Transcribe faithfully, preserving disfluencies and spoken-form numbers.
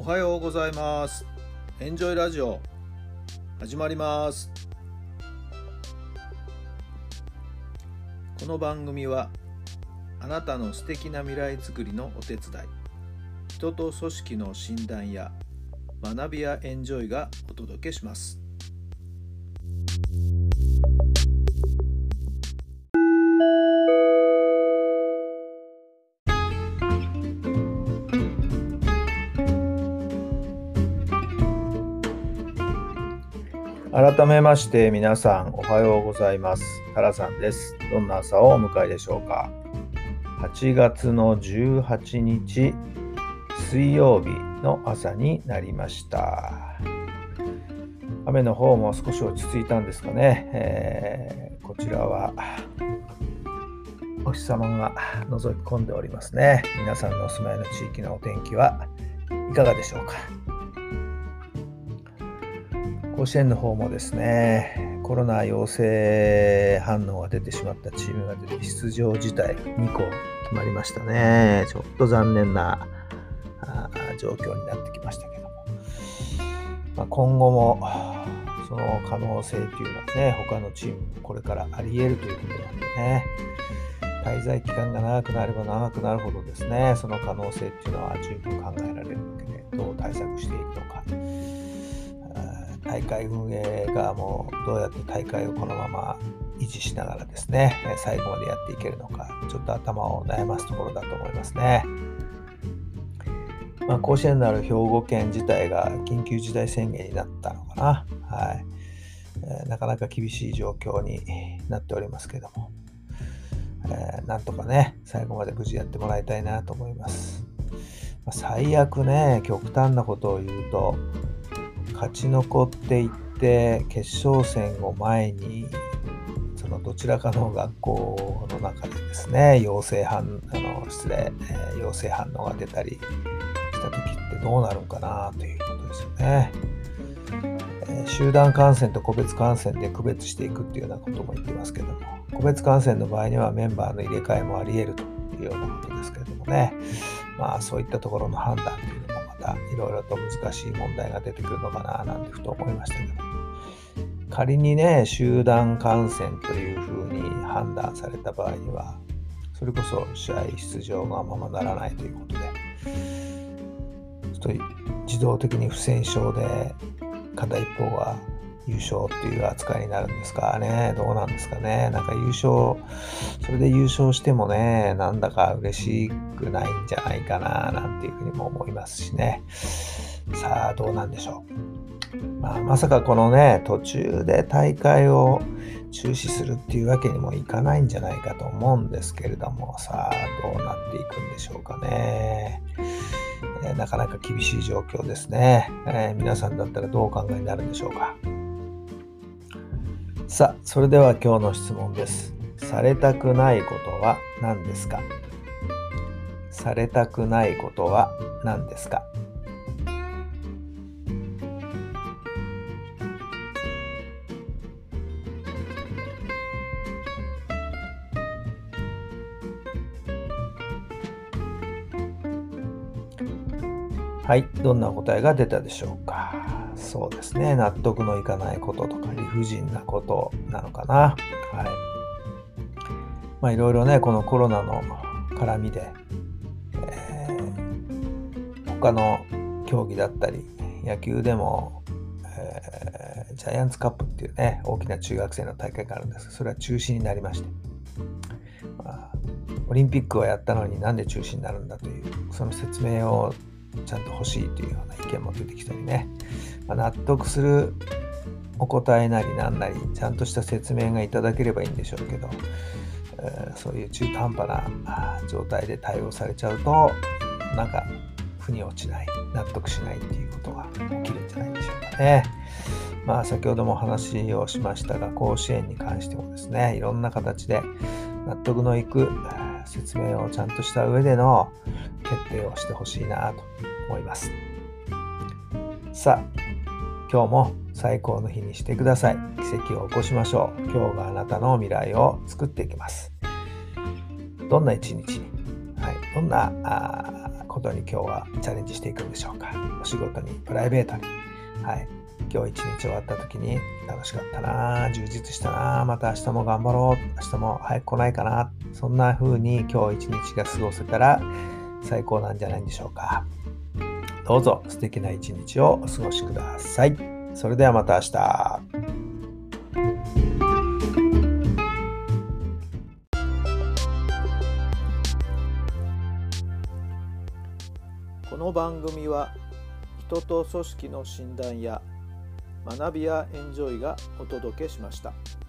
おはようございます。エンジョイラジオ始まります。この番組はあなたの素敵な未来づくりのお手伝い、人と組織の診断や学びやエンジョイがお届けします。改めまして皆さんおはようございます。タラさんです。どんな朝をお迎えでしょうか。はちがつのじゅうはちにち水曜日の朝になりました。雨の方も少し落ち着いたんですかね。えー、こちらはお日様が覗き込んでおりますね。皆さんのお住まいの地域のお天気はいかがでしょうか。甲子園の方もですね、コロナ陽性反応が出てしまったチームが出て出場辞退にこ決まりましたね。ちょっと残念な状況になってきましたけども、まあ、今後もその可能性というのはね、他のチームもこれからあり得るということなんでね、滞在期間が長くなれば長くなるほどですね、その可能性っていうのは十分考えられるわけで、どう対策していくのか、大会運営側もどうやって大会をこのまま維持しながらですね、最後までやっていけるのか、ちょっと頭を悩ますところだと思いますね。まあ、甲子園のある兵庫県自体が緊急事態宣言になったのかな、はいえー、なかなか厳しい状況になっておりますけども、えー、なんとかね最後まで無事やってもらいたいなと思います。まあ、最悪ね、極端なことを言うと勝ち残っていって決勝戦を前にそのどちらかの学校の中でですね陽性反あの失礼、えー、陽性反応が出たりした時ってどうなるんかなということですよね。えー、集団感染と個別感染で区別していくっていうようなことも言ってますけども、個別感染の場合にはメンバーの入れ替えもあり得るというようなことですけれどもね、まあそういったところの判断というのもまたいろいろと難しい問題が出てくるのかななんてふと思いましたけど、仮にね集団感染というふうに判断された場合にはそれこそ試合出場がままならないということで、ちょっと自動的に不戦勝で片一方が優勝っていう扱いになるんですかね。どうなんですかね。なんか優勝それで優勝してもね、なんだか嬉しくないんじゃないかななんていうふうにも思いますしね。さあどうなんでしょう。まあ、まさかこのね途中で大会を中止するっていうわけにもいかないんじゃないかと思うんですけれども、さあどうなっていくんでしょうかね。えー、なかなか厳しい状況ですね。えー、皆さんだったらどうお考えになるんでしょうか。さあそれでは今日の質問です。されたくないことは何ですか。されたくないことは何ですか。はい、どんな答えが出たでしょうか。そうですね、納得のいかないこととか理不尽なことなのかな。はい。まあいろいろね、このコロナの絡みで、えー、他の競技だったり、野球でも、えー、ジャイアンツカップっていうね、大きな中学生の大会があるんですが、それは中止になりまして、まあ、オリンピックはやったのになんで中止になるんだという、その説明をちゃんと欲しいというような意見も出てきたりね、まあ、納得するお答えなりなんなりちゃんとした説明がいただければいいんでしょうけど、えー、そういう中途半端な状態で対応されちゃうとなんか腑に落ちない、納得しないっていうことが起きるんじゃないでしょうかね。まあ先ほども話をしましたが、甲子園に関してもですね、いろんな形で納得のいく説明をちゃんとした上での決定をしてほしいなと思います。さあ今日も最高の日にしてください。奇跡を起こしましょう。今日があなたの未来を作っていきます。どんな一日に、はい、どんなことに今日はチャレンジしていくんでしょうか。お仕事に、プライベートに。はい。今日一日終わった時に楽しかったな、充実したな、また明日も頑張ろう、明日も早く来ないかな、そんな風に今日一日が過ごせたら最高なんじゃないんでしょうか。どうぞ素敵な一日をお過ごしください。それではまた明日。この番組は人と組織の診断や学びやエンジョイがお届けしました。